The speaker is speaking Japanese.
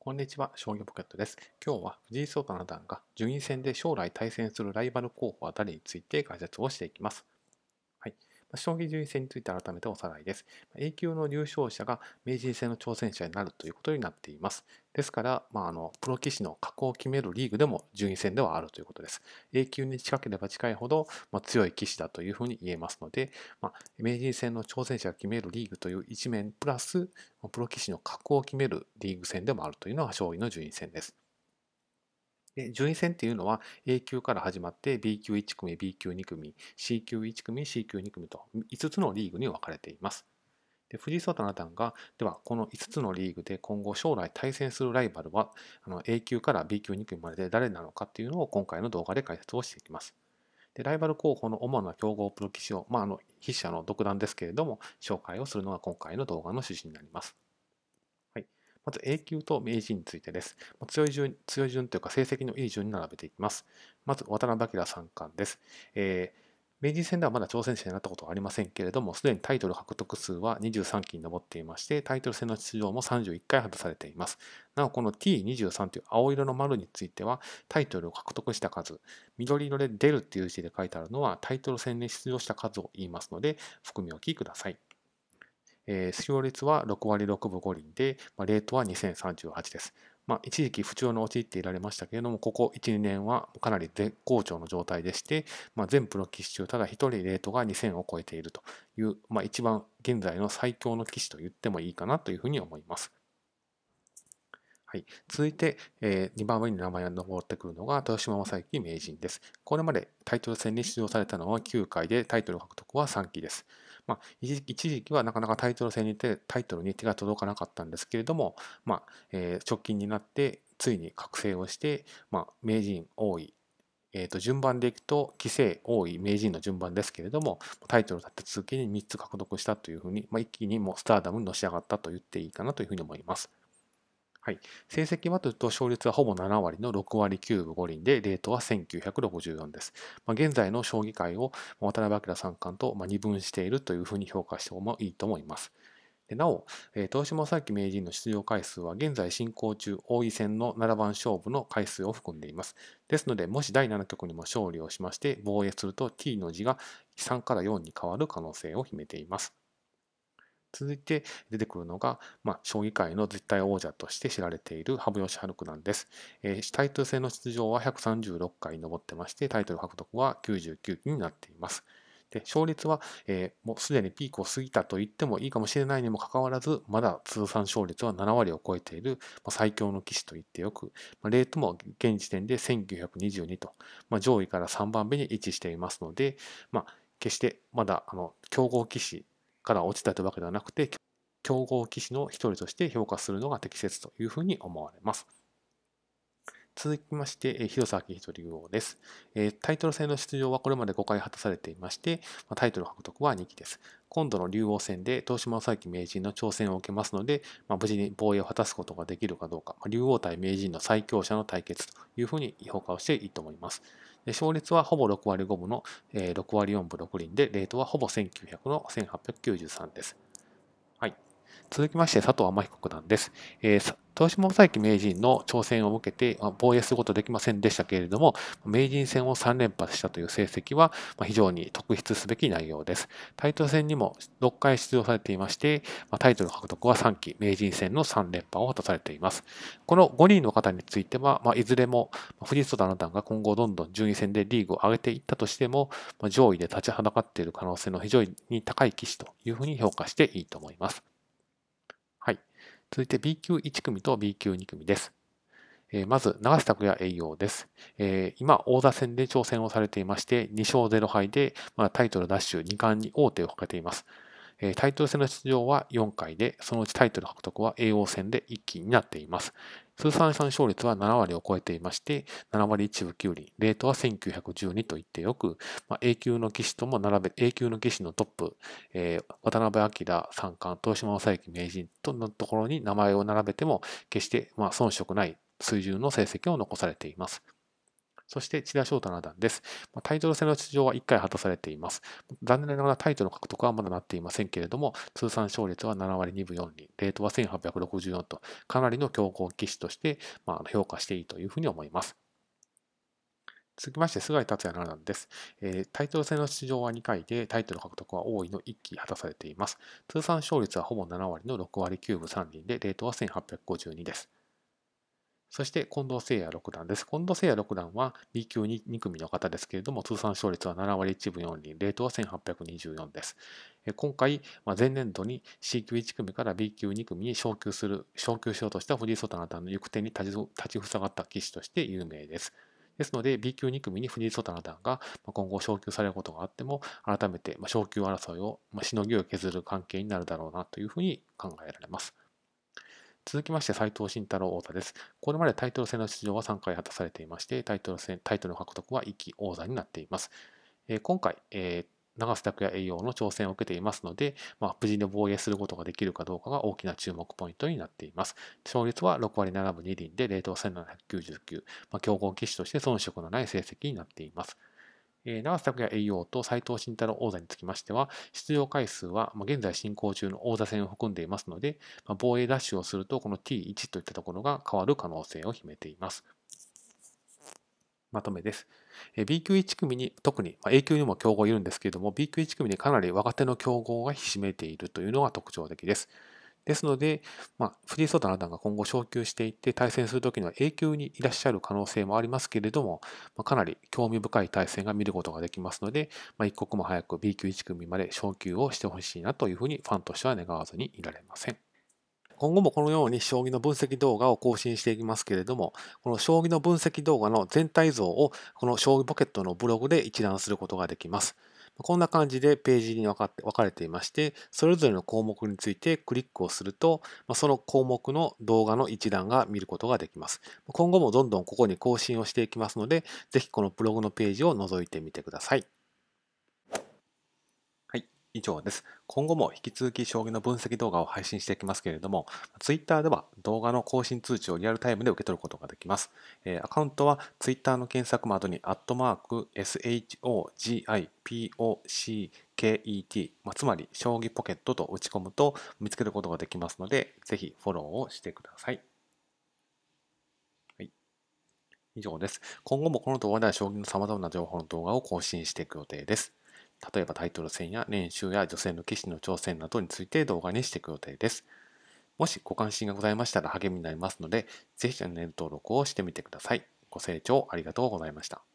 こんにちは、将棋ポケットです。今日は藤井聡太七段が順位戦で将来対戦するライバル候補は誰について解説をしていきます。はい。将棋順位戦について改めておさらいです。A 級の優勝者が名人戦の挑戦者になるということになっています。ですから、プロ棋士の格を決めるリーグでも順位戦ではあるということです。A 級に近ければ近いほど、強い棋士だというふうに言えますので、名人戦の挑戦者が決めるリーグという一面プラス、プロ棋士の格を決めるリーグ戦でもあるというのが将棋の順位戦です。で、順位戦っていうのは A 級から始まって B 級1組、B 級2組、C 級1組、C 級2組と5つのリーグに分かれています。で、藤井聡太七段が、ではこの5つのリーグで今後将来対戦するライバルはA 級から B 級2組までで誰なのかっていうのを今回の動画で解説をしていきます。で、ライバル候補の主な競合プロ棋士を、筆者の独断ですけれども、紹介をするのが今回の動画の趣旨になります。はい。まず A 級と名人についてです。強い順というか成績のいい順に並べていきます。まず渡辺明三冠です。名人戦ではまだ挑戦者になったことはありませんけれども、すでにタイトル獲得数は23期に上っていまして、タイトル戦の出場も31回果たされています。なお、この T23 という青色の丸については、タイトルを獲得した数、緑色で出るっていう字で書いてあるのは、タイトル戦に出場した数を言いますので、含みおきください。使用率は6割6分5厘で、レートは2038です。一時期不調に陥っていられましたけれども、ここ1、2年はかなり絶好調の状態でして、全プロ棋士中、ただ1人レートが2000を超えているという、一番現在の最強の棋士と言ってもいいかなというふうに思います。はい、続いて、2番目に名前が上ってくるのが豊島将之名人です。これまでタイトル戦に出場されたのは9回でタイトル獲得は3期です。一時期はなかなかタイトル戦にタイトルに手が届かなかったんですけれども、直近になってついに覚醒をして、名人王位、順番でいくと棋聖王位名人の順番ですけれども、タイトルを立て続けに3つ獲得したというふうに、一気にもうスターダムにのし上がったと言っていいかなというふうに思います。はい、成績はというと、勝率はほぼ7割の6割9分5厘で、レートは1964です。現在の将棋界を渡辺明三冠と二分しているというふうに評価してもいいと思います。でなお、豊島将之名人の出場回数は現在進行中、王位戦の7番勝負の回数を含んでいます。ですので、もし第7局にも勝利をしまして防衛すると T の字が3から4に変わる可能性を秘めています。続いて出てくるのが、将棋界の絶対王者として知られている羽生善治九段です。タイトル戦の出場は136回に上ってまして、タイトル獲得は99期になっています。で勝率は、もうすでにピークを過ぎたと言ってもいいかもしれないにもかかわらず、まだ通算勝率は7割を超えている、最強の棋士と言ってよく、レートも現時点で1922と、上位から3番目に位置していますので、決してまだ強豪棋士から落ちたというわけではなくて、強豪棋士の一人として評価するのが適切というふうに思われます。続きまして、広瀬章人竜王です。タイトル戦の出場はこれまで5回果たされていまして、タイトル獲得は2期です。今度の竜王戦で東島正幸名人の挑戦を受けますので、無事に防衛を果たすことができるかどうか、竜王対名人の最強者の対決というふうに評価をしていいと思います。で勝率はほぼ6割5分の6割4分6厘で、レートはほぼ1900の1893です。はい。続きまして、佐藤天彦九段です。豊島将之名人の挑戦を受けて防衛することできませんでしたけれども、名人戦を3連覇したという成績は非常に特筆すべき内容です。タイトル戦にも6回出場されていまして、タイトル獲得は3期、名人戦の3連覇を果たされています。この5人の方については、いずれも藤井聡太七段が今後どんどん順位戦でリーグを上げていったとしても、上位で立ちはだかっている可能性の非常に高い棋士というふうに評価していいと思います。はい。続いて B 級1組と B 級2組です。まず、永瀬拓也栄養です。今、王座戦で挑戦をされていまして、2勝0敗で、タイトル奪取2冠に王手をかけています。タイトル戦の出場は4回で、そのうちタイトル獲得は叡王戦で1期になっています。通算勝率は7割を超えていまして、7割1分9厘、レートは1912と言ってよく、A 級の棋士とも並べ、A 級の棋士のトップ、渡辺明三冠、豊島将之名人とのところに名前を並べても、決して遜色ない水準の成績を残されています。 そして千田翔太七段です。タイトル戦の出場は1回果たされています。残念ながらタイトルの獲得はまだなっていませんけれども、通算勝率は7割2分4厘、レートは1864と、かなりの強豪棋士として、評価していいというふうに思います。続きまして、菅井達也七段です。タイトル戦の出場は2回で、タイトル獲得は多いの1期果たされています。通算勝率はほぼ7割の6割9分3厘で、レートは1852です。そして近藤誠也六段です。近藤誠也六段は B 級 2, 組の方ですけれども、通算勝率は7割1分4厘、レートは1824です。今回、前年度に C 級1組から B 級2組に昇級しようとした藤井聡太七段の行く手に立ちふさがった棋士として有名です。ですので、B 級2組に藤井聡太七段が今後昇級されることがあっても、改めて昇級争いを、しのぎを削る関係になるだろうなというふうに考えられます。続きまして、斉藤慎太郎王座です。これまでタイトル戦の出場は3回果たされていまして、タイトルの獲得は1期王座になっています。今回、永瀬拓也栄養の挑戦を受けていますので、無事に防衛することができるかどうかが大きな注目ポイントになっています。勝率は6割7分2厘で、レートは1799、強豪棋士として遜色のない成績になっています。永瀬拓也栄養と斉藤慎太郎王座につきましては、出場回数は現在進行中の王座戦を含んでいますので、防衛ダッシュをすると、この T1 といったところが変わる可能性を秘めています。まとめです。B 級1組に、特に A 級にも強豪いるんですけれども、B 級1組にかなり若手の強豪がひしめているというのが特徴的です。ですので、藤井聡太七段が今後昇級していって対戦するときには A 級にいらっしゃる可能性もありますけれども、かなり興味深い対戦が見ることができますので、一刻も早く B 級1組まで昇級をしてほしいなというふうにファンとしては願わずにいられません。今後もこのように将棋の分析動画を更新していきますけれども、この将棋の分析動画の全体像をこの将棋ポケットのブログで一覧することができます。こんな感じでページに分かれていまして、それぞれの項目についてクリックをすると、その項目の動画の一覧が見ることができます。今後もどんどんここに更新をしていきますので、ぜひこのブログのページを覗いてみてください。はい、以上です。今後も引き続き将棋の分析動画を配信していきますけれども、Twitter では動画の更新通知をリアルタイムで受け取ることができます。アカウントは Twitter の検索窓に@SHOGIPOCKET、つまり将棋ポケットと打ち込むと見つけることができますので、ぜひフォローをしてください。はい、以上です。今後もこの動画では将棋の様々な情報の動画を更新していく予定です。例えばタイトル戦や練習や女性の棋士の挑戦などについて動画にしていく予定です。もしご関心がございましたら励みになりますので、ぜひチャンネル登録をしてみてください。ご清聴ありがとうございました。